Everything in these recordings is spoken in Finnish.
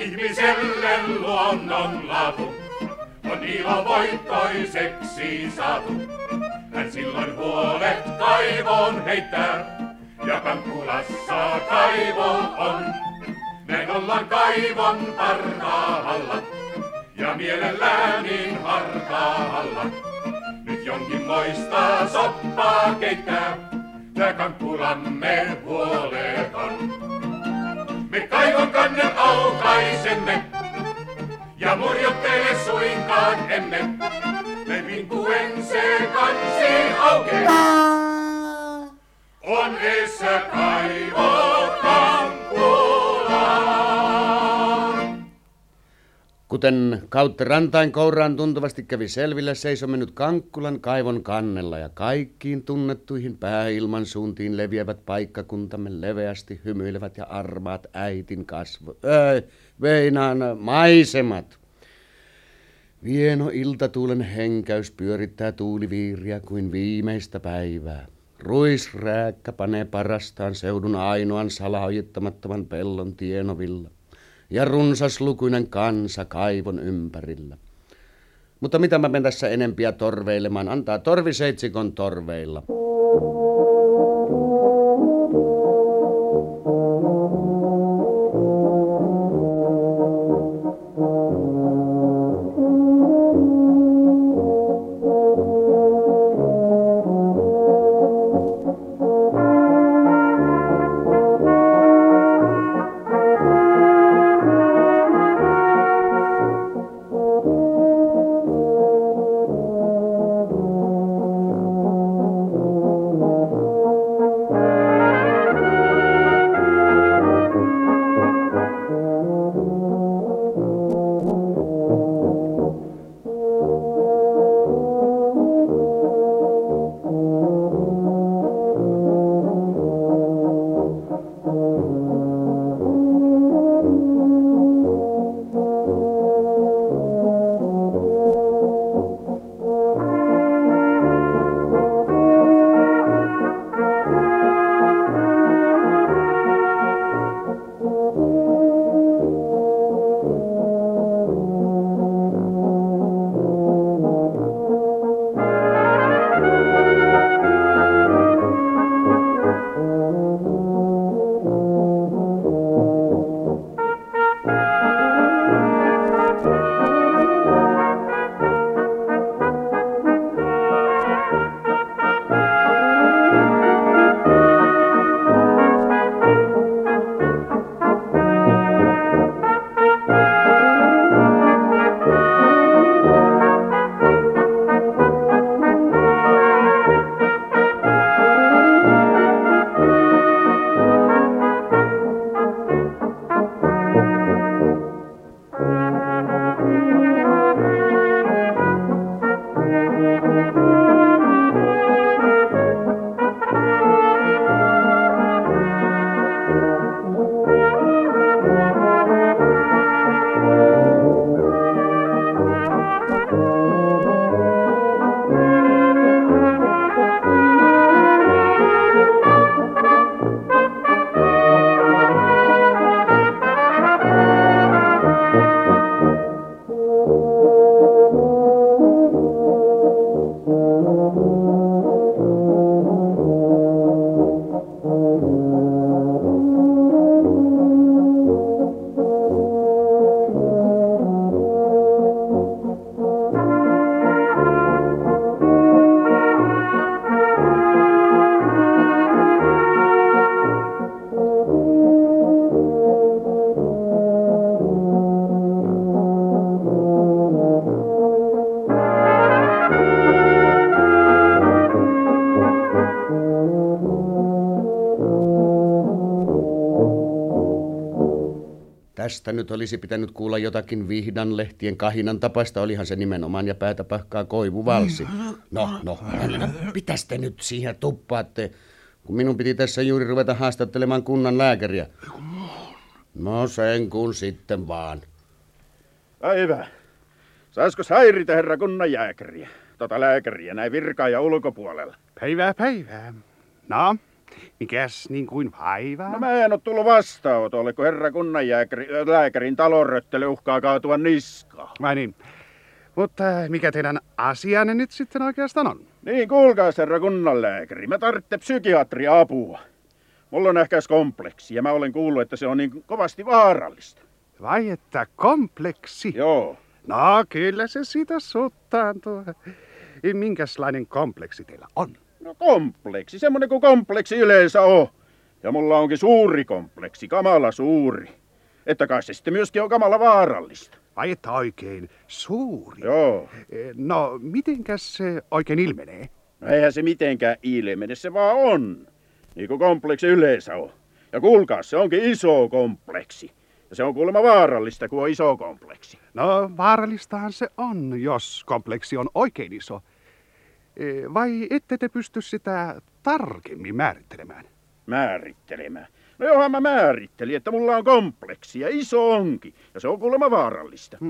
Ihmiselle luonnon laatu on ilo voittoiseksi saatu. Hän silloin huolet kaivoon heittää ja Kankkulassa kaivo on. Näin ollaan kaivon parhaalla ja mielellään niin hartaalla. Nyt jonkinmoista soppaa keittää, tää Kankkulamme huoleton. Me kaivon kannen aukaisemme ja murjottele suinkaan emme. Me vinkuen se kansi aukeaa. On edessä kaivo Kankkulaan. Kuten kautta rantain kouraan tuntuvasti kävi selville, seisomme nyt Kankkulan kaivon kannella ja kaikkiin tunnettuihin pääilman suuntiin leviävät paikkakuntamme leveästi hymyilevät ja armaat äitin maisemat. Vieno iltatuulen henkäys pyörittää tuuliviiriä kuin viimeistä päivää. Ruisrääkkä panee parastaan seudun ainoan salaojittamattoman pellon tienovilla ja runsaslukuinen kansa kaivon ympärillä. Mutta mitä mä menen tässä enempiä torveilemaan, antaa torviseitsikon torveilla. Tästä nyt olisi pitänyt kuulla jotakin Vihdanlehtien kahinan tapaista, olihan se nimenomaan ja päätä pahkaa koivuvalsi. No, pitäis te nyt siihen tuppaatte, kun minun piti tässä juuri ruveta haastattelemaan kunnan lääkäriä. No sen kun sitten vaan. Päivä. Saisko häiritä herra kunnan jääkäriä? Lääkäriä näin virkaa ja ulkopuolella. Päivää. No, Mikäs niin kuin vaivaa? No mä en oo tullut vastaanotolle, kun herra lääkärin talonröttely uhkaa kaatua niskaan. Vai niin. Mutta mikä teidän asianne nyt sitten oikeastaan on? Niin, kuulkaas herra kunnanlääkäri, mä tarvitsen psykiatria apua. Mulla on ehkäis kompleksi ja mä olen kuullut, että se on niin kovasti vaarallista. Vai että kompleksi? Joo. No kyllä se siitä suttaantuu. Minkäslainen kompleksi teillä on? No kompleksi, semmonen kuin kompleksi yleensä on. Ja mulla onkin suuri kompleksi, kamala suuri. Että kai se sitten myöskin on kamala vaarallista. Vai että oikein suuri? Joo. No, mitenkäs se oikein ilmenee? No eihän se mitenkään ilmene, se vaan on. Niin kuin kompleksi yleensä on. Ja kuulkaas, se onkin iso kompleksi. Ja se on kuulemma vaarallista, kun on iso kompleksi. No, vaarallistahan se on, jos kompleksi on oikein iso. Vai ette te pysty sitä tarkemmin määrittelemään? Määrittelemään? No johan mä määrittelin, että mulla on kompleksi ja iso onkin. Ja se on kuulemma vaarallista.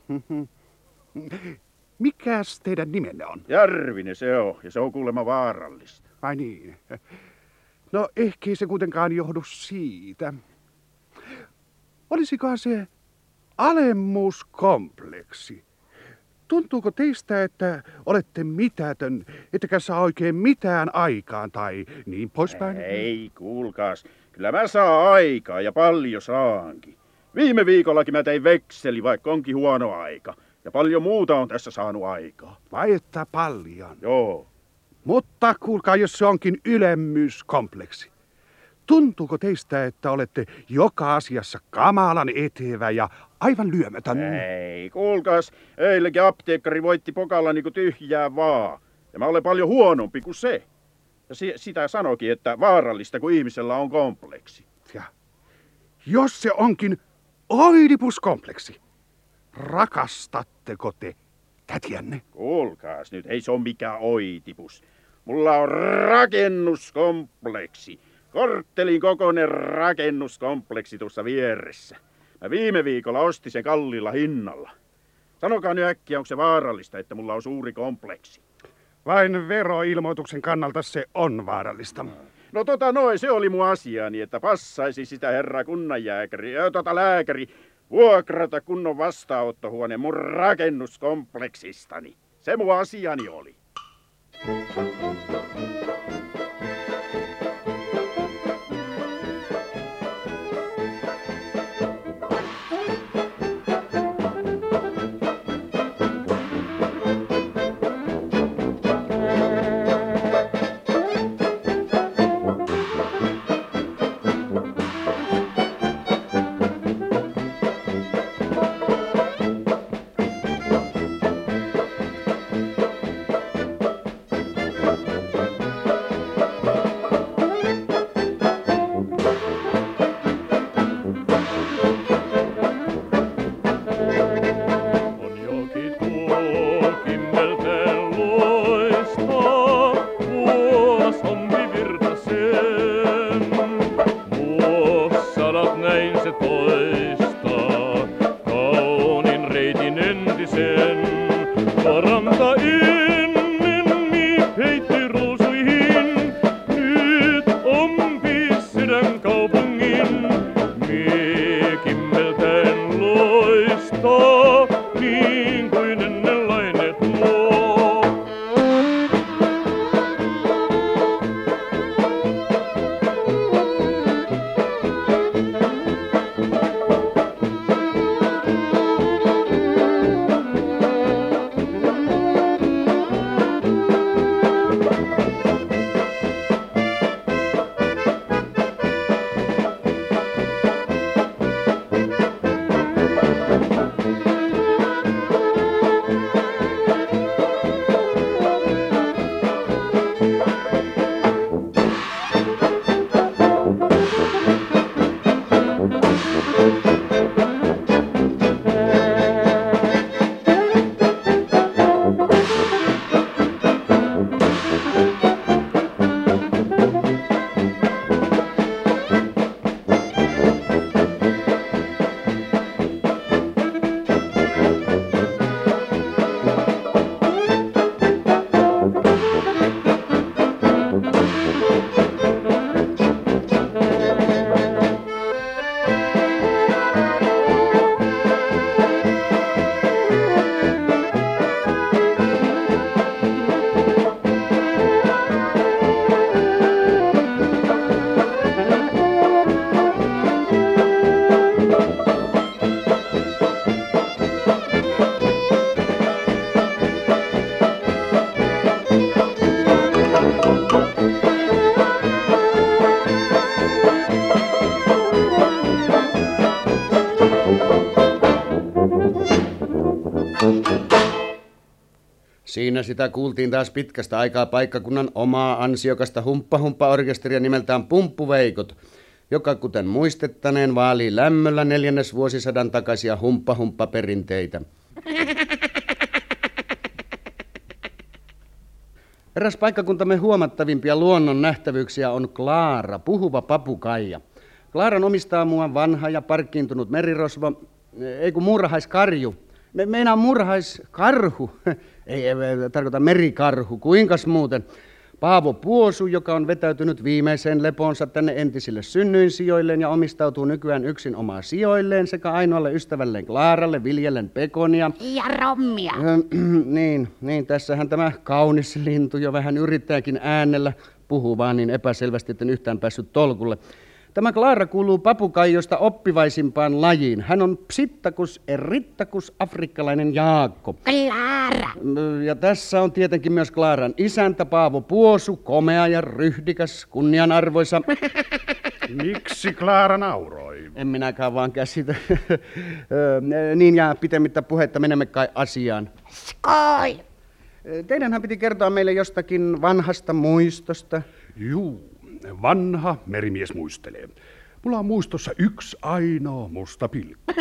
Mikäs teidän nimenne on? Järvinen se on, ja se on kuulemma vaarallista. Vai niin? No, ehkä se kuitenkaan johdu siitä. Olisikohan se alemmuuskompleksi? Tuntuuko teistä, että olette mitätön, ettekä saa oikein mitään aikaan tai niin poispäin? Ei, kuulkaas. Kyllä mä saan aikaa ja paljon saankin. Viime viikollakin mä tein vekseli, vaikka onkin huono aika. Ja paljon muuta on tässä saanut aikaa. Vai että paljon? Joo. Mutta kuulkaa, jos se onkin ylemmyyskompleksi. Tuntuuko teistä, että olette joka asiassa kamalan etevä ja aivan lyömätön? Ei, kuulkaas. Eilenkin apteekkari voitti pokalla niinku tyhjää vaan. Ja mä olen paljon huonompi kuin se. Ja sitä sanokin, että vaarallista, kun ihmisellä on kompleksi. Ja jos se onkin oidipuskompleksi, rakastatteko te tätiänne? Kuulkaas nyt, ei se ole mikään oitipus. Mulla on rakennuskompleksi. Korttelin kokoinen rakennuskompleksi tuossa vieressä. Mä viime viikolla ostin sen kalliilla hinnalla. Sanokaa nyt äkkiä, onko se vaarallista, että mulla on suuri kompleksi? Vain veroilmoituksen kannalta se on vaarallista. No se oli mun asiani, että passaisi sitä herra lääkäri vuokrata kunnon vastaanottohuone mun rakennuskompleksistani. Se mun asiani oli. Siinä sitä kuultiin taas pitkästä aikaa paikkakunnan omaa ansiokasta humppa-humppa-orkesteria nimeltään Pumppuveikot, joka kuten muistettaneen vaalii lämmöllä 4. vuosisadan takaisia humppa-humppa-perinteitä. Eräs paikkakuntamme huomattavimpia luonnon nähtävyyksiä on Klaara, puhuva papukaija. Klaaran omistaa muuan vanha ja parkkiintunut merirosvo, ei kun muurahaiskarju. Meinaa muurahaiskarhu, ei tarkoita merikarhu, kuinkas muuten. Paavo Puosu, joka on vetäytynyt viimeiseen lepoonsa tänne entisille synnyinsijoilleen ja omistautuu nykyään yksin omaa sijoilleen sekä ainoalle ystävälleen Klaaralle viljellen pekonia. Ja rommia. Niin, tässähän tämä kaunis lintu jo vähän yrittääkin äänellä, puhuu vaan niin epäselvästi, etten yhtään päässyt tolkulle. Tämä Klaara kuuluu papukaijosta oppivaisimpaan lajiin. Hän on Psittacus erittacus afrikkalainen jaakko. Klaara. Ja tässä on tietenkin myös Klaaran isäntä Paavo Puosu, komea ja ryhdikäs, kunnianarvoisa. Miksi Klaara nauroi? En minäkään vaan käsitä. Niin ja pitemmittä puhetta menemme kai asiaan. Skoi. Teidänhän piti kertoa meille jostakin vanhasta muistosta. Juu, vanha merimies muistelee. Mulla on muistossa yksi ainoa musta pilkku.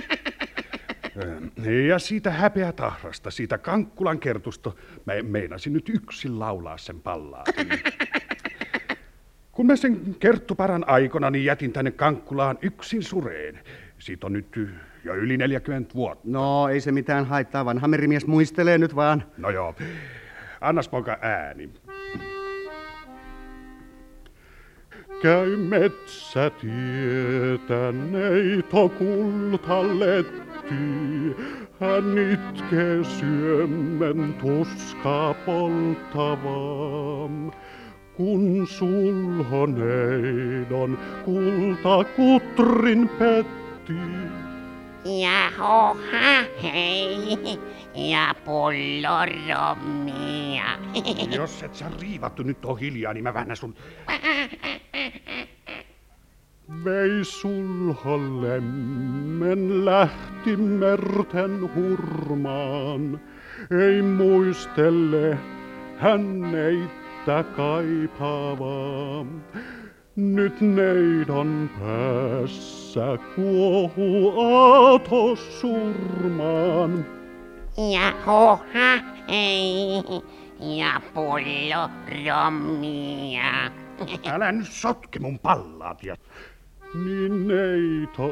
Ja siitä häpeätahrasta, siitä Kankkulan kertusta, mä meinasin nyt yksin laulaa sen pallaatin. Kun mä sen kerttuparan aikana, niin jätin tänne Kankkulaan yksin sureen. Siitä on nyt jo yli 40 vuotta. No, ei se mitään haittaa, vanha merimies muistelee nyt vaan. No joo, annas poika ääni. Käy metsätietä, neito kultaletti. Hän itkee syömmen tuskaa polttavaa. Kun sulhoneidon kultakutrin petti. Ja hoha hei. Ja pulloromia. Jos et sä riivattu nyt oo hiljaa, niin mä väännän sun... Vei sulholemmen lähti merten hurmaan. Ei muistelle hänneittä kaipaavaa. Nyt neidon päässä kuohuu aatos surmaan. Ja hoha hei. Ja pulloromia. Älä nyt sotke mun pallaat. Niin neito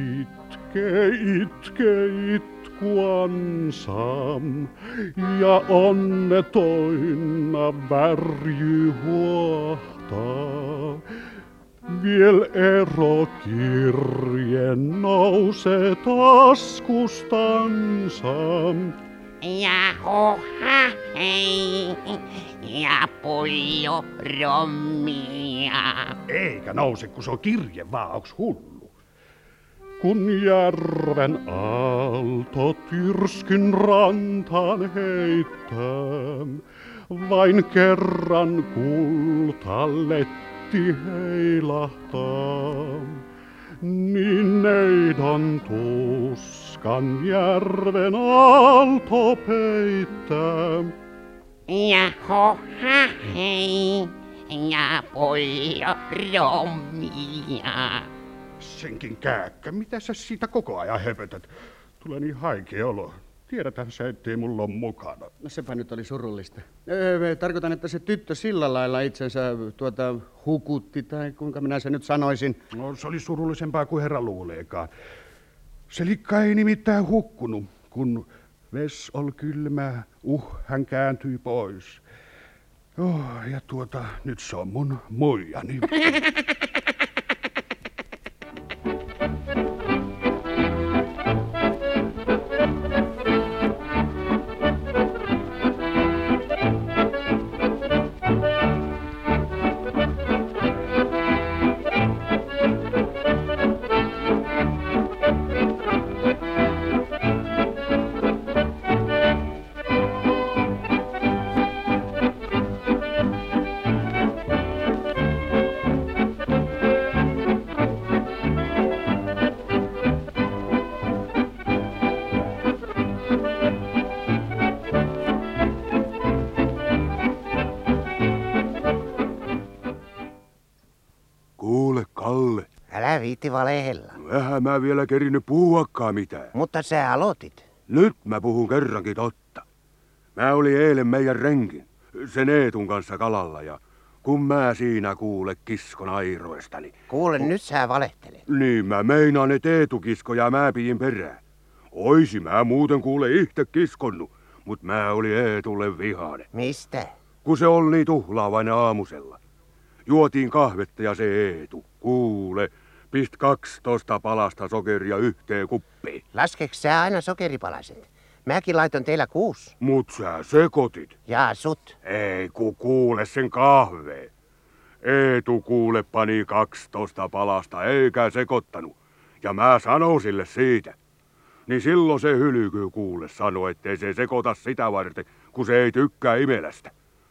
itkee itkuansa ja onnetoina värjy huohtaa. Viel erokirje nousee taskustansa. Ja hoha hei. Ja pulloromia. Eikä nouse, kun se on kirje vaan, onks hullu? Kun järven aalto tyrskyn rantaan heittää, vain kerran kultaletti heilahtaa. Niin neidon tuskan järven aalto peittää. Ja hoha hei. Ja pulloromia. Senkin kääkkä, mitä sä siitä koko ajan höpötät? Tulee niin haikea olo. Tiedäthän sä, ettei mulla ole mukana. No sepä nyt oli surullista. Tarkoitan, että se tyttö sillä lailla itsensä hukutti, tai kuinka minä sen nyt sanoisin. No, se oli surullisempaa kuin herra luuleekaan. Se likka ei nimittäin hukkunut, kun ves oli kylmä, hän kääntyi pois. Ja nyt se on mun muijani. Kalle. Älä viitti valehella. Vähän mä vielä kerinyt puhuakaan mitään. Mutta sä aloitit. Nyt mä puhun kerrankin totta. Mä olin eilen meidän renkin, sen Eetun kanssa kalalla ja kun mä siinä kuule kiskon airoistani. Kuule, nyt sä valehtelet. Niin mä meinaan, et Eetu kisko ja mä pidin perään. Oisi mä muuten kuule itse kiskonnu, mut mä oli Eetulle vihainen. Mistä? Kun se oli niin tuhlaavainen aamusella. Juotiin kahvetta ja se Eetu, kuule, pist 12 palasta sokeria yhteen kuppiin. Laskeks sä aina sokeripalaset? Mäkin laiton teillä 6. Mut sä sekoitit. Ja sut. Ei ku kuule sen kahveen. Eetu kuule pani 12 palasta eikä sekoittanut. Ja mä sanon sille siitä. Niin silloin se hylkyy kuule sanoi, ettei se sekoita sitä varten, kun se ei tykkää imelästä.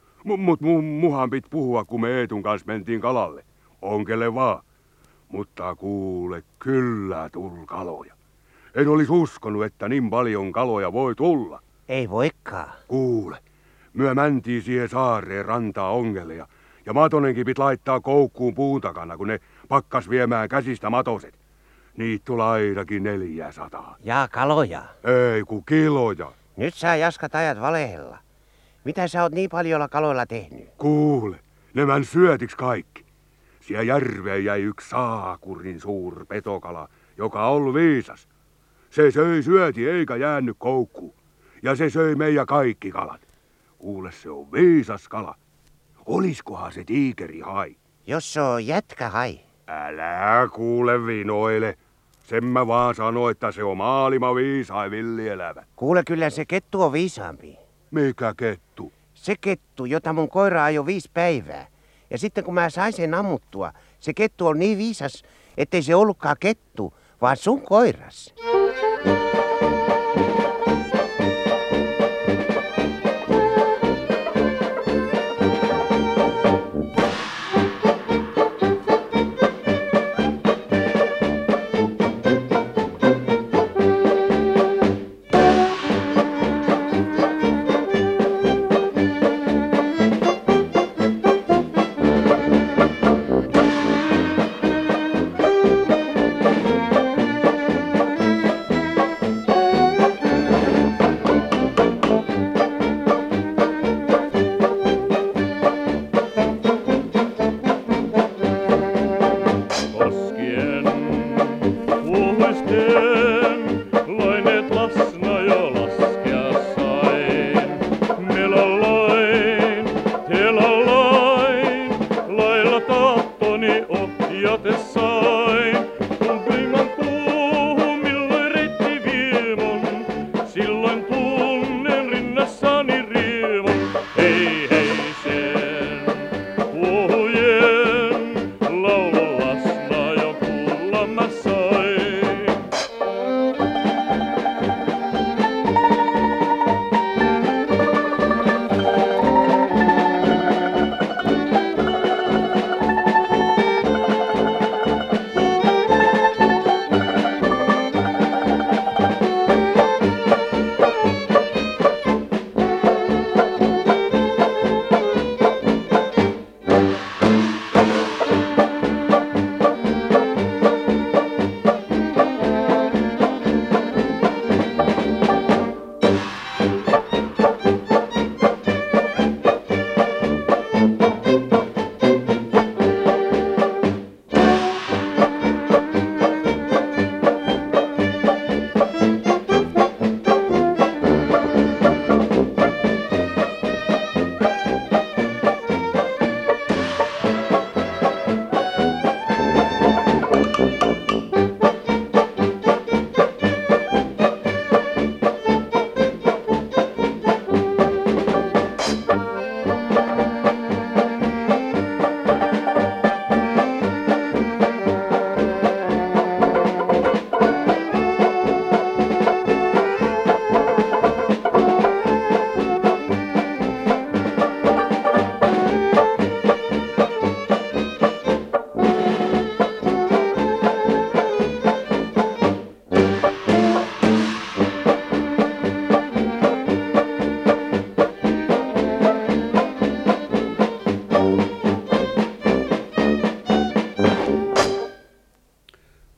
Mut muhan piti puhua, kun me Eetun kanssa mentiin kalalle. Onkele vaan. Mutta kuule, kyllä tuli kaloja. En olisi uskonut, että niin paljon kaloja voi tulla. Ei voikaan. Kuule, myö mäntiin siihen saareen rantaa ongelle ja matonenkin piti laittaa koukkuun puun takana, kun ne pakkas viemään käsistä matoset. Niitä tuli ainakin 400. Ja kaloja. Ei ku kiloja. Nyt sä jaskat ajat valehella. Mitä sä oot niin paljolla kaloilla tehnyt? Kuule, ne män syötiks kaikki. Siellä järveen jäi yksi saakurin suur petokala, joka on viisas. Se söi syöti eikä jäänyt koukkuun. Ja se söi meidän kaikki kalat. Kuule, se on viisas kala. Oliskohan se tiikerihai? Jos se on jätkähai. Älä kuule vinoile. Sen mä vaan sano, että se on maailman viisain villielävä. Kuule, kyllä se kettu on viisaampi. Mikä kettu? Se kettu, jota mun koira ajoi 5 päivää. Ja sitten kun mä sain sen ammuttua, se kettu on niin viisas, ettei se ollutkaan kettu, vaan sun koiras.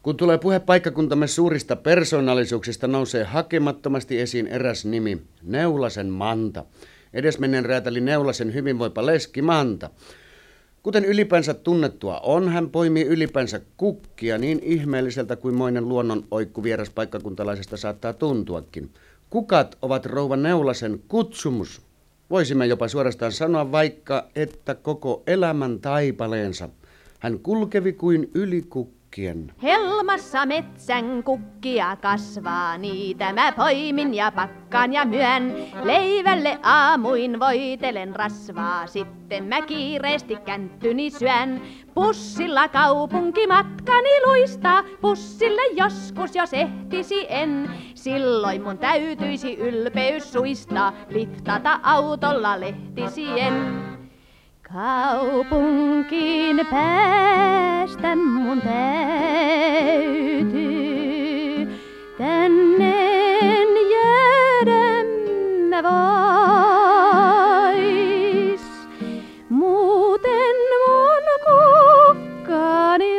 Kun tulee puhe paikkakuntamme suurista persoonallisuuksista, nousee hakemattomasti esiin eräs nimi, Neulasen Manta. Edesmenneen räätäli Neulasen hyvinvoipa leski Manta. Kuten ylipäänsä tunnettua on, hän poimii ylipäänsä kukkia niin ihmeelliseltä kuin moinen luonnon oikku vieraspaikkakuntalaisesta saattaa tuntuakin. Kukat ovat rouva Neulasen kutsumus. Voisimme jopa suorastaan sanoa vaikka, että koko elämän taipaleensa hän kulkevi kuin yli kukkien. Helmassa metsän kukkia kasvaa, niitä mä poimin ja pakkaan ja myön. Leivälle aamuin voitelen rasvaa, sitten mä kiireesti känttyni syön. Pussilla kaupunkimatkani luistaa, pussille joskus jos ehtisi en. Silloin mun täytyisi ylpeys suistaa, liftata autolla lehtisien. Kaupunkiin päästä mun täytyy, tännen jäädä mä vois. Muuten mun kukkani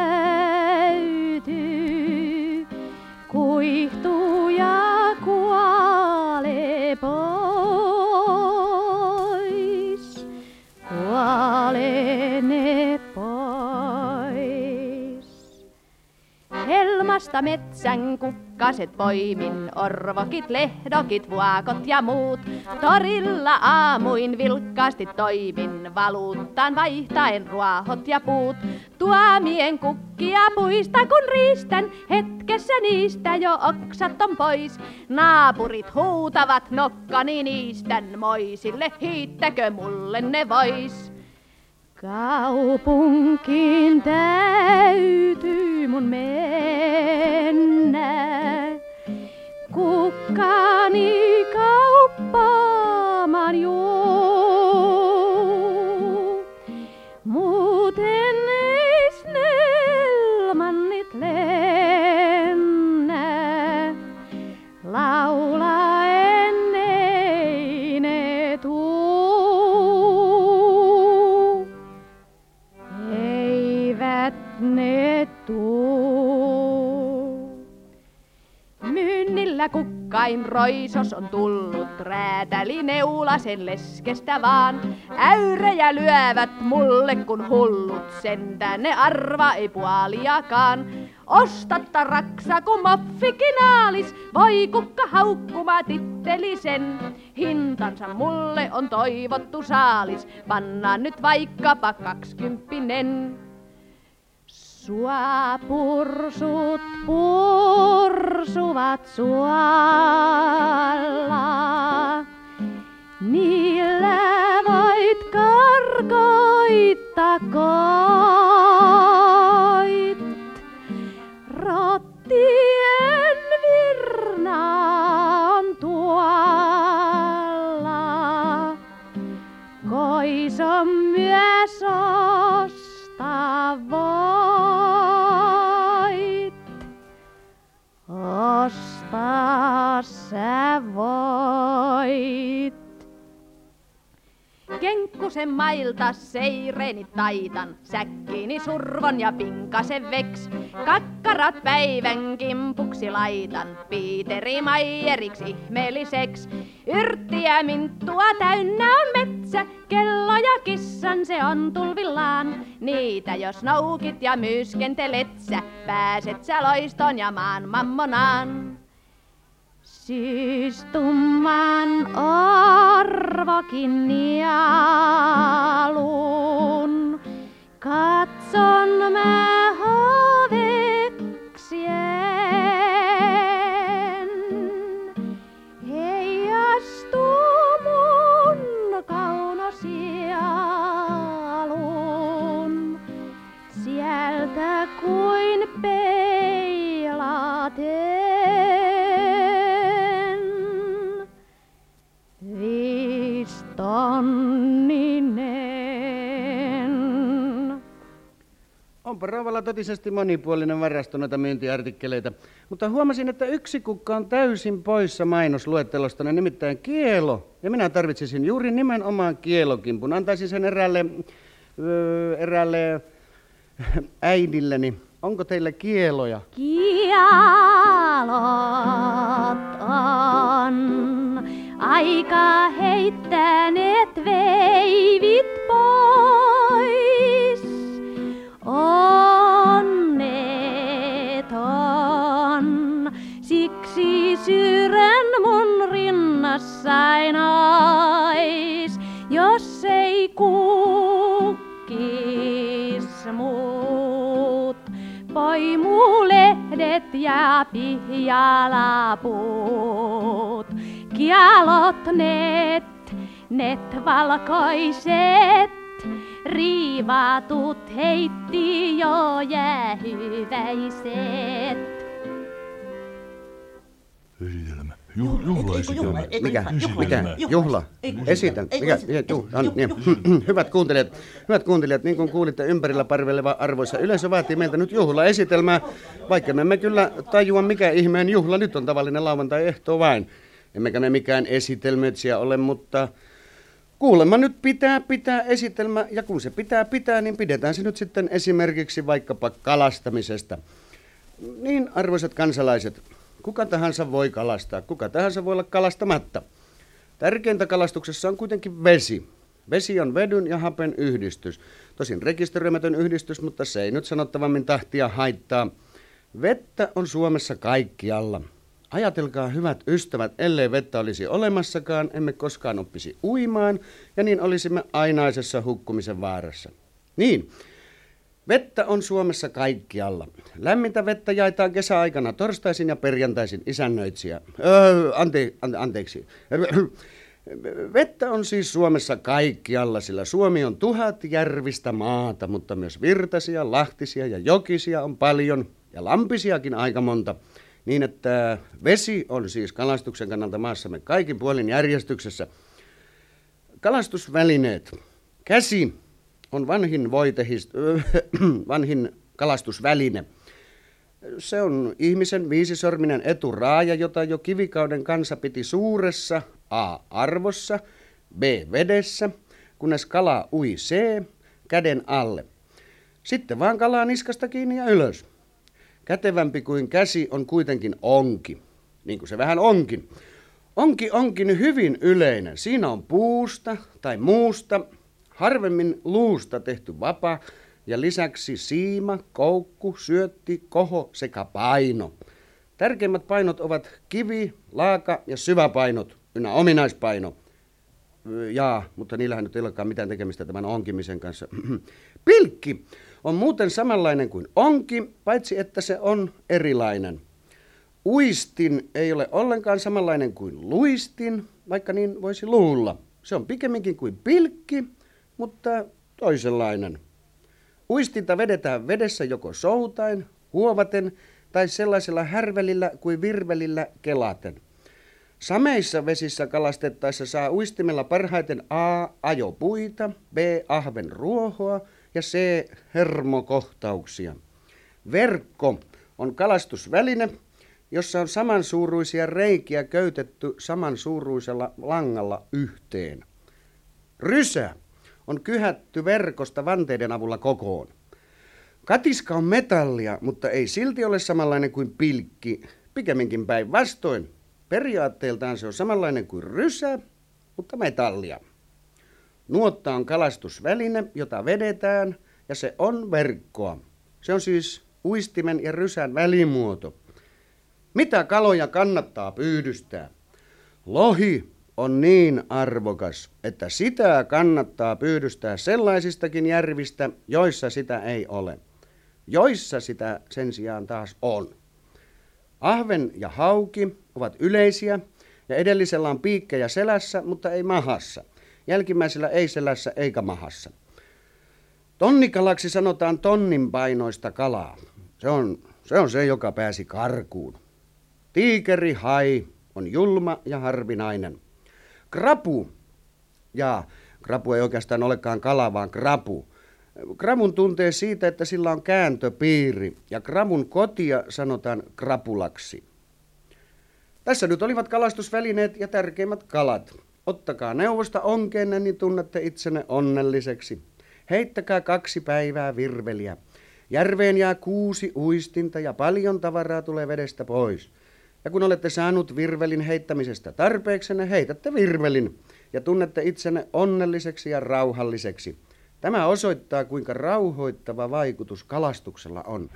räytyy, kuihtuu ja kuolee pois. Kuolene pois. Helmasta metsän kukkaset poimin, orvokit, lehdokit, vuokot ja muut. Torilla aamuin vilkkaasti toimin, valuuttaan vaihtaen ruohot ja puut. Tuomien kukkia puista kun riistän, hetkessä niistä jo oksat on pois. Naapurit huutavat, nokkani niistän, moisille hiittäkö mulle ne vois. Kaupunkiin täytyy mun mennä, kukkani kauppaamaan juu. Muuten ei snellmannit lennä, laulaen ei ne tuu. Eivät ne tuu. Myynnillä kukkain roisos on tullut, räätäli Neulasen leskestä vaan. Äyrejä lyövät mulle kun hullut, sentään ne arva ei puoliakaan. Ostatta raksa kun maffikinaalis, voi kukka haukkuma titteli sen. Hintansa mulle on toivottu saalis, pannaan nyt vaikkapa 20. Suapursut pursuvat suolla, niillä voit karkoittaa koit. Rottien virna on tuolla, koison myös ostaa voit. Ostaa sä voit. Kenkkusen mailta seireeni taitan, säkkiini survon ja pinkasen veks. Kakkarat päivän kimpuksi laitan, Piiteri Maijeriksi ihmeelliseks. Yrttiä minttua täynnä on metsä, kello ja kissan se on tulvillaan. Niitä jos noukit ja myyskentelet sä, pääset sä loistoon ja maan mammonaan. Syystumman orvokin nialun, katson mä hoveksien. Heijastuu mun kauno sielun, sieltä kuin peilaten. Tonninen. Onpa rouvalla totisesti monipuolinen varasto noita myyntiartikkeleita, mutta huomasin, että yksi kukka on täysin poissa mainosluettelosta, nimittäin kielo. Ja minä tarvitsisin juuri nimenomaan kielokimpun. Antaisin sen eräälle äidilleni. onko teillä kieloja? Kialot on aika heittäneet veivit pois. Onneton, siksi sydän mun rinnassain ois, jos ei kukkis muut. Poimulehdet ja pihjalaput, kialot net valkoiset, riivatut heitti jo jäähyväiset. Esitelmä. Juhlaesitelmä. Mikä? Juhla? Esitän. Hyvät kuuntelijat, niin kuin kuulitte, ympärillä parveleva arvoisa yleisö vaatii meiltä nyt juhlaesitelmää, vaikka me emme kyllä tajua mikä ihmeen juhla nyt on, tavallinen lauantai-ehtoo vain. Emmekä me mikään esitelmöitsijä ole, mutta kuulemma nyt pitää esitelmä, ja kun se pitää, niin pidetään se nyt sitten esimerkiksi vaikkapa kalastamisesta. Niin, arvoisat kansalaiset, kuka tahansa voi kalastaa, kuka tahansa voi olla kalastamatta. Tärkeintä kalastuksessa on kuitenkin vesi. Vesi on vedyn ja hapen yhdistys. Tosin rekisteröimätön yhdistys, mutta se ei nyt sanottavammin tahtia haittaa. Vettä on Suomessa kaikkialla. Ajatelkaa, hyvät ystävät, ellei vettä olisi olemassakaan, emme koskaan oppisi uimaan, ja niin olisimme ainaisessa hukkumisen vaarassa. Niin, vettä on Suomessa kaikkialla. Lämmintä vettä jaetaan kesäaikana torstaisin ja perjantaisin isännöitsijä. Anteeksi. Vettä on siis Suomessa kaikkialla, sillä Suomi on 1000 järvistä maata, mutta myös virtasia, lahtisia ja jokisia on paljon, ja lampisiakin aika monta. Niin, että vesi on siis kalastuksen kannalta maassamme kaikin puolin järjestyksessä. Kalastusvälineet. Käsi on vanhin kalastusväline. Se on ihmisen viisisorminen eturaaja, jota jo kivikauden kansa piti suuressa A-arvossa, B-vedessä, kunnes kala ui C käden alle. Sitten vaan kalaa niskasta kiinni ja ylös. Kätevämpi kuin käsi on kuitenkin onki, niin kuin se vähän onkin. Onki onkin hyvin yleinen. Siinä on puusta tai muusta, harvemmin luusta tehty vapa ja lisäksi siima, koukku, syötti, koho sekä paino. Tärkeimmät painot ovat kivi, laaka ja syväpainot ynnä ominaispaino. Mutta niillähän nyt ei olekaan mitään tekemistä tämän onkimisen kanssa. Pilkki on muuten samanlainen kuin onki, paitsi että se on erilainen. Uistin ei ole ollenkaan samanlainen kuin luistin, vaikka niin voisi luulla. Se on pikemminkin kuin pilkki, mutta toisenlainen. Uistinta vedetään vedessä joko soutain, huovaten tai sellaisella härvelillä kuin virvelillä kelaten. Sameissa vesissä kalastettaessa saa uistimella parhaiten A. ajopuita, B. ahven ruohoa ja C. hermokohtauksia. Verkko on kalastusväline, jossa on samansuuruisia reikiä köytetty samansuuruisella langalla yhteen. Rysä on kyhätty verkosta vanteiden avulla kokoon. Katiska on metallia, mutta ei silti ole samanlainen kuin pilkki, pikemminkin päinvastoin. Periaatteeltaan se on samanlainen kuin rysä, mutta metallia. Nuotta on kalastusväline, jota vedetään, ja se on verkkoa. Se on siis uistimen ja rysän välimuoto. Mitä kaloja kannattaa pyydystää? Lohi on niin arvokas, että sitä kannattaa pyydystää sellaisistakin järvistä, joissa sitä ei ole. Joissa sitä sen sijaan taas on. Ahven ja hauki ovat yleisiä ja edellisellä on piikkejä selässä, mutta ei mahassa. Jälkimmäisellä ei selässä eikä mahassa. Tonnikalaksi sanotaan tonnin painoista kalaa. Se on se, joka pääsi karkuun. Tiikerihai on julma ja harvinainen. Krapu ei oikeastaan olekaan kala, vaan krapu. Krabun tuntee siitä, että sillä on kääntöpiiri, ja krabun kotia sanotaan krapulaksi. Tässä nyt olivat kalastusvälineet ja tärkeimmät kalat. Ottakaa neuvosta onkeenne, niin tunnette itsenne onnelliseksi. Heittäkää 2 päivää virveliä. Järveen jää 6 uistinta ja paljon tavaraa tulee vedestä pois. Ja kun olette saanut virvelin heittämisestä tarpeeksenne, heitätte virvelin ja tunnette itsenne onnelliseksi ja rauhalliseksi. Tämä osoittaa, kuinka rauhoittava vaikutus kalastuksella on.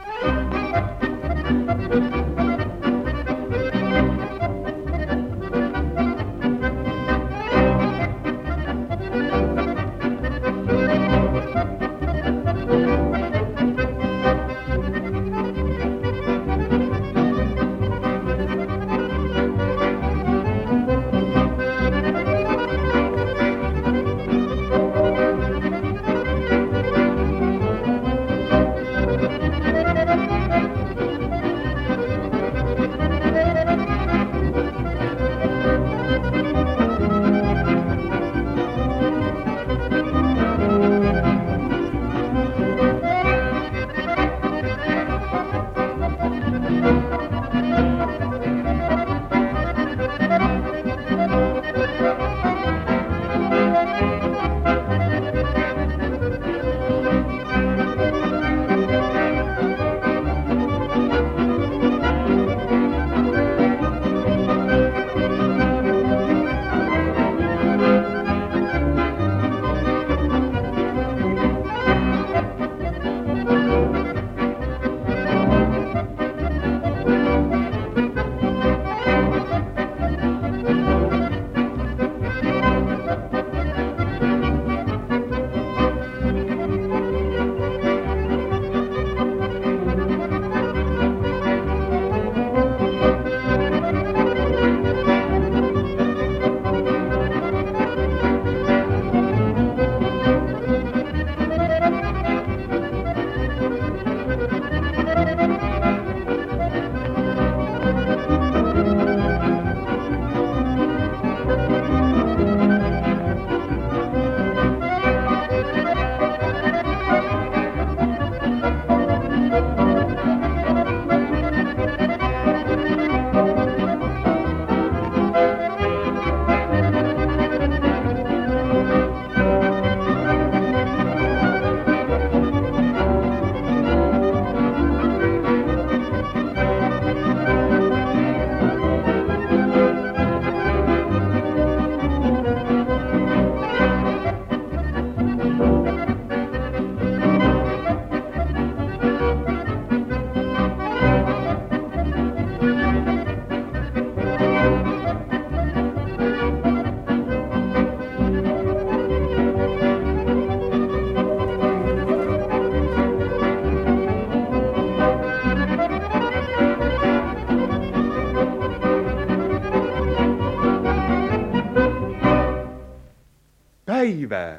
Päivää.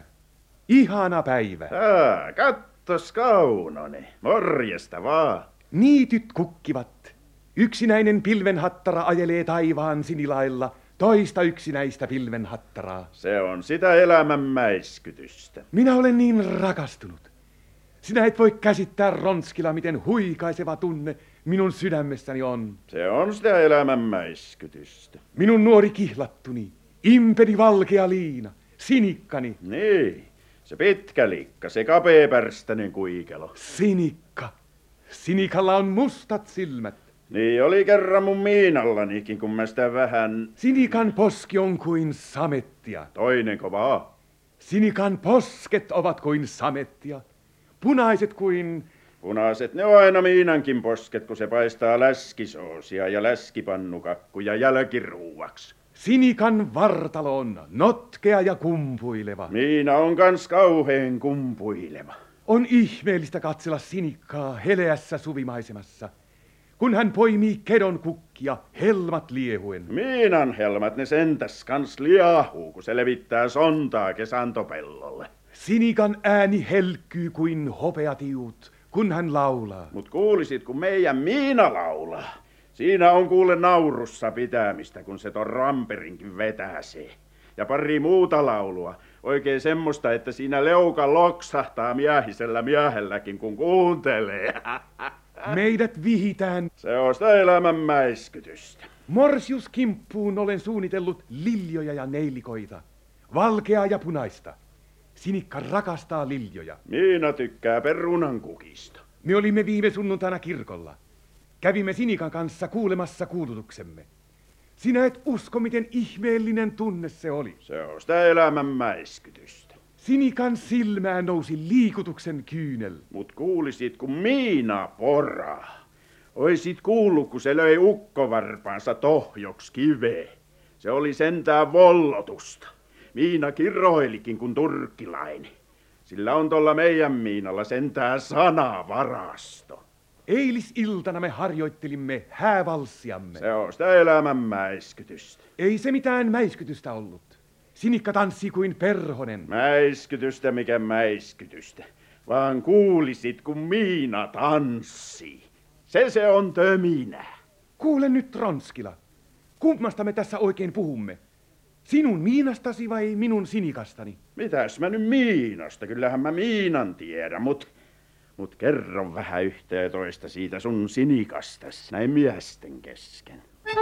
Ihana päivä. Kattos Kaunoni. Morjesta vaan. Niityt kukkivat. Yksinäinen pilvenhattara ajelee taivaan sinilailla toista yksinäistä pilvenhattaraa. Se on sitä elämän mäiskytystä. Minä olen niin rakastunut. Sinä et voi käsittää, Ronskila, miten huikaiseva tunne minun sydämessäni on. Se on sitä elämän mäiskytystä. Minun nuori kihlattuni, impeni valkea liina, sinikkani. Niin, se pitkä likka, se kapeapärstäinen kuikelo. Sinikka. Sinikalla on mustat silmät. Niin oli kerran mun Miinallanikin, kun mä sitä vähän... Sinikan poski on kuin samettia. Toinenko vaan? Sinikan posket ovat kuin samettia. Punaiset kuin... Punaiset ne on aina Miinankin posket, kun se paistaa läskisoosia ja läskipannukakkuja jälkiruuaksi. Sinikan vartalo on notkea ja kumpuileva. Miina on kans kauheen kumpuileva. On ihmeellistä katsella Sinikkaa heleässä suvimaisemassa, kun hän poimii kedon kukkia helmat liehuen. Miinan helmat ne sentäs kans liahuu, kun se levittää sontaa kesantopellolle. Sinikan ääni helkkyy kuin hopeatiut, kun hän laulaa. Mut kuulisit, kun meidän Miina laulaa. Siinä on kuule naurussa pitämistä, kun se ton ramperinkin vetäsee. Ja pari muuta laulua. Oikein semmoista, että siinä leuka loksahtaa miehisellä miehelläkin, kun kuuntelee. Meidät vihitään. Se on sitä elämän mäiskytystä. Morsiuskimppuun olen suunnitellut liljoja ja neilikoita. Valkeaa ja punaista. Sinikka rakastaa liljoja. Miina tykkää perunankukista. Me olimme viime sunnuntaina kirkolla. Kävimme Sinikan kanssa kuulemassa kuulutuksemme. Sinä et usko, miten ihmeellinen tunne se oli. Se on sitä elämän mäiskytystä. Sinikan silmään nousi liikutuksen kyynel. Mut kuulisit, kun Miina poraa. Oisit kuullut, kun se löi ukkovarpaansa tohjoks kiveen. Se oli sentään vollotusta. Miina kiroilikin kuin turkkilainen. Sillä on tuolla meidän Miinalla sentään sanavarasto. Eilisiltana me harjoittelimme häävalssiamme. Se on sitä elämän mäiskytystä. Ei se mitään mäiskytystä ollut. Sinikka tanssi kuin perhonen. Mäiskytystä mikä mäiskytystä. Vaan kuulisit, kun Miina tanssii. Se on töminä. Kuule nyt, Ronskila. Kummasta me tässä oikein puhumme? Sinun Miinastasi vai minun Sinikastani? Mitäs mä nyt Miinasta? Kyllähän mä Miinan tiedän, mut kerro vähän yhtä ja toista siitä sun Sinikastas, näin miesten kesken.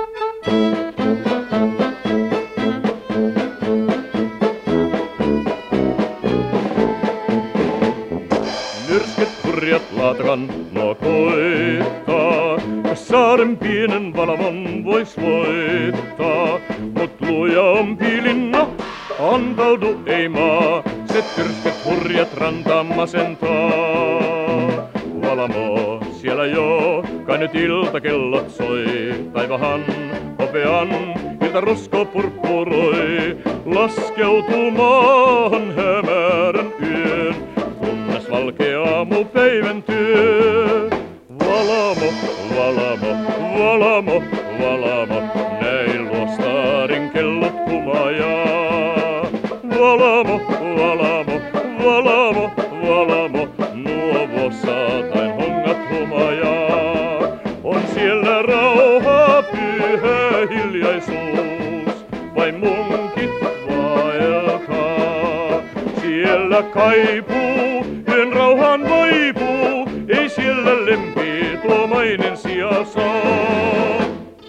Myrskyt hurjat laatakan nuo koittaa, saaren pienen valamon vois voittaa, mut luja on piilinna, antaudu ei maa, se tyrskyt hurjat rantaa masentaa. Valamo siellä jo, kai nyt iltakellot soi, taivahan hopean ilta rusko purppuroi, laskeutuu maahan hämärän yön, kunnes valkea aamu päiväntyy. Valamo, valamo, valamo, valamo, näin luostaarin kellot kumajaa. Valamo, valamo, valamo, valamo, nuo vuossatain hongat humajaa. On siellä rauha, pyhä hiljaisuus, vai munkit vaeltaa. Siellä kaipuu, yön rauhaan vaipuu, ei siellä lempi tuomainen sija saa.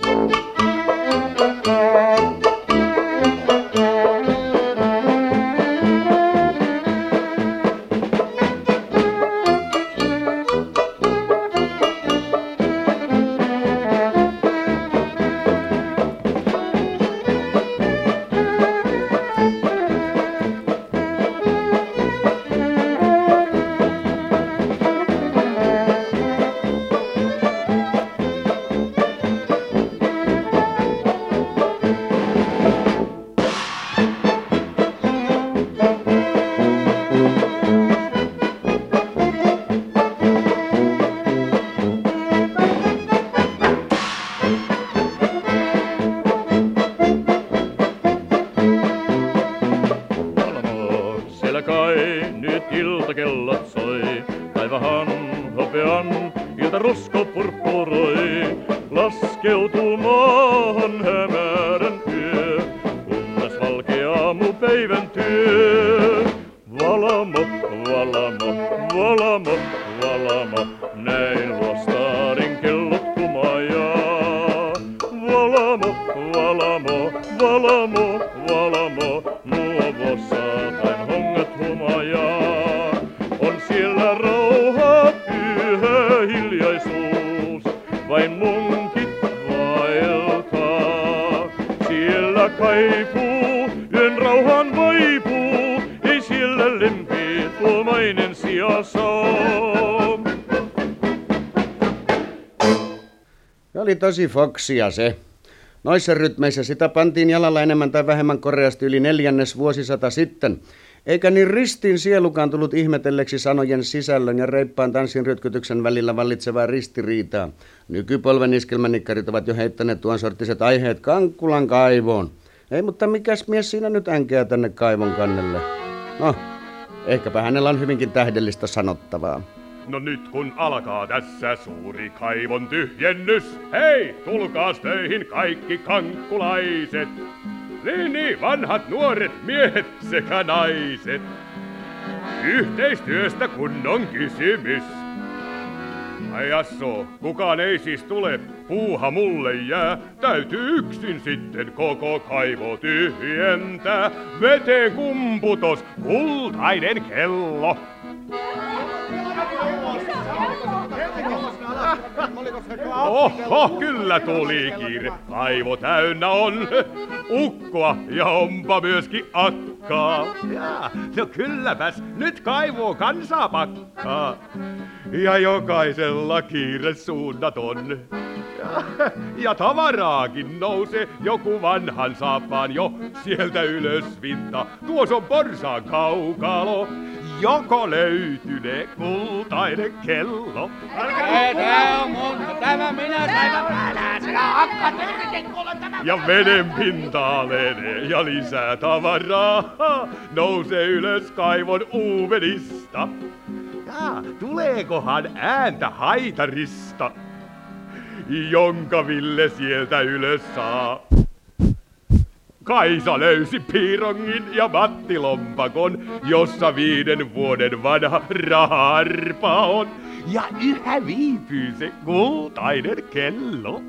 Iltakellot soi, taivahan hopean ilta rusko purppuroi, laskeutuu maahan hämärän yö, kunnes valkea aamu päiväntyy. Valamo, valamo, valamo, valamo, näin luostaarin kellot kumajaa. Valamo, valamo, valamo, valamo, nuo vuossatain hongat humajaa. On siellä rauha, pyhä hiljaisuus, vain munkit vaeltaa. Siellä kaipuu, yön rauhaan vaipuu, ei siellä lempi tuomainen sija saa. Oli tosi foksia se. Noissa rytmeissä sitä pantiin jalalla enemmän tai vähemmän koreasti yli 4. vuosisata sitten. Eikä niin ristiin sielukaan tullut ihmetelleksi sanojen sisällön ja reippaan tanssin rytkytyksen välillä vallitsevaa ristiriitaa. Nykypolven iskelmänikkarit ovat jo heittäneet tuon sorttiset aiheet Kankkulan kaivoon. Ei, mutta mikäs mies siinä nyt änkeää tänne kaivon kannelle? No, ehkäpä hänellä on hyvinkin tähdellistä sanottavaa. No nyt kun alkaa tässä suuri kaivon tyhjennys, hei, tulkaas töihin kaikki kankkulaiset. Niin, vanhat nuoret miehet sekä naiset. Yhteistyöstä kun on kysymys. Ai asso, kukaan ei siis tule, puuha mulle jää. Täytyy yksin sitten koko kaivo tyhjentää. Veteen kumputos, kultainen kello. Oho, kyllä tuli kiire. Kaivo täynnä on ukkoa ja onpa myöskin akkaa. No kylläpäs, nyt kaivoo kansaa pakkaa. Ja jokaisella kiire suunnaton. Ja tavaraakin nousee joku vanhan saappaan jo sieltä ylös vinta. Tuos on porsaan kaukalo, joko löytynee kultainen kello. Tää on mun, tämä minä päivän sinä hakkaat ja veden pinta alenee ja lisää tavaraa nousee ylös kaivon uumenista. Ja tuleekohan ääntä haitarista, jonka Ville sieltä ylös saa? Kaisa löysi piirongin ja Matti lompakon, jossa 5 vuoden vanha raha-arpa on. Ja yhä viipyy se kultainen kello.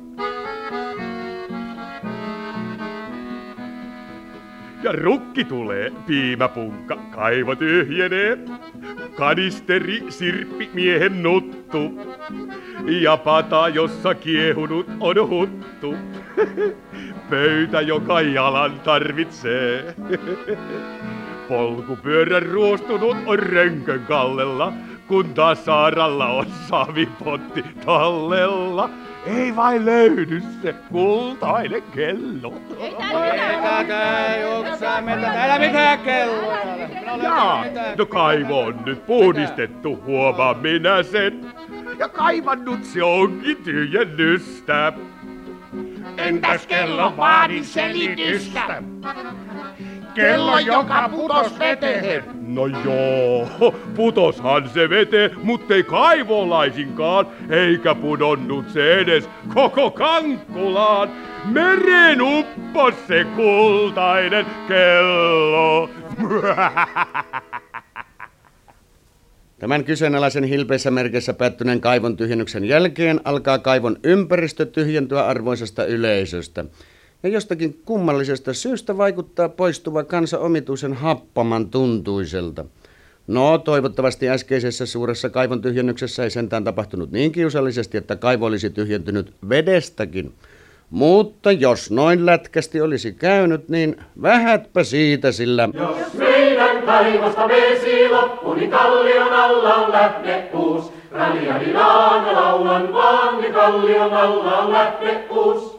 Ja rukki tulee, piimäpunkka, kaivo tyhjenee. Kanisteri, sirppi, miehen nuttu. Ja pata, jossa kiehunut on huttu. Pöytä, joka jalan tarvitsee. Polkupyörän ruostunut on Rönkön Kallella, kun taas Saaralla on savipotti tallella. Ei vain löydy se kultainen kello. Täällä mitään kelloa. Jaa, no kaivo on nyt puhdistettu, huomaan minä sen. Ja kaivannut se onkin tyhjennystä. Entäs kello vaadin selitystä? Kello, joka putos veteen. No joo, putoshan se veteen, muttei kaivolaisinkaan, eikä pudonnut se edes koko Kankkulaan. Meren uppos se kultainen kello. Tämän kyseenalaisen hilpeissä merkeissä päättyneen kaivon tyhjennyksen jälkeen alkaa kaivon ympäristö tyhjentyä arvoisesta yleisöstä. Ja jostakin kummallisesta syystä vaikuttaa poistuva kansa omituisen happaman tuntuiselta. No, toivottavasti äskeisessä suuressa kaivon tyhjennyksessä ei sentään tapahtunut niin kiusallisesti, että kaivo olisi tyhjentynyt vedestäkin. Mutta jos noin lätkästi olisi käynyt, niin vähätpä siitä, sillä... Jos meidän kaivosta vesi loppu, niin kallion alla on lähdekuus. Raliadilaana laulan vaan, niin kallion alla on lähdekuus.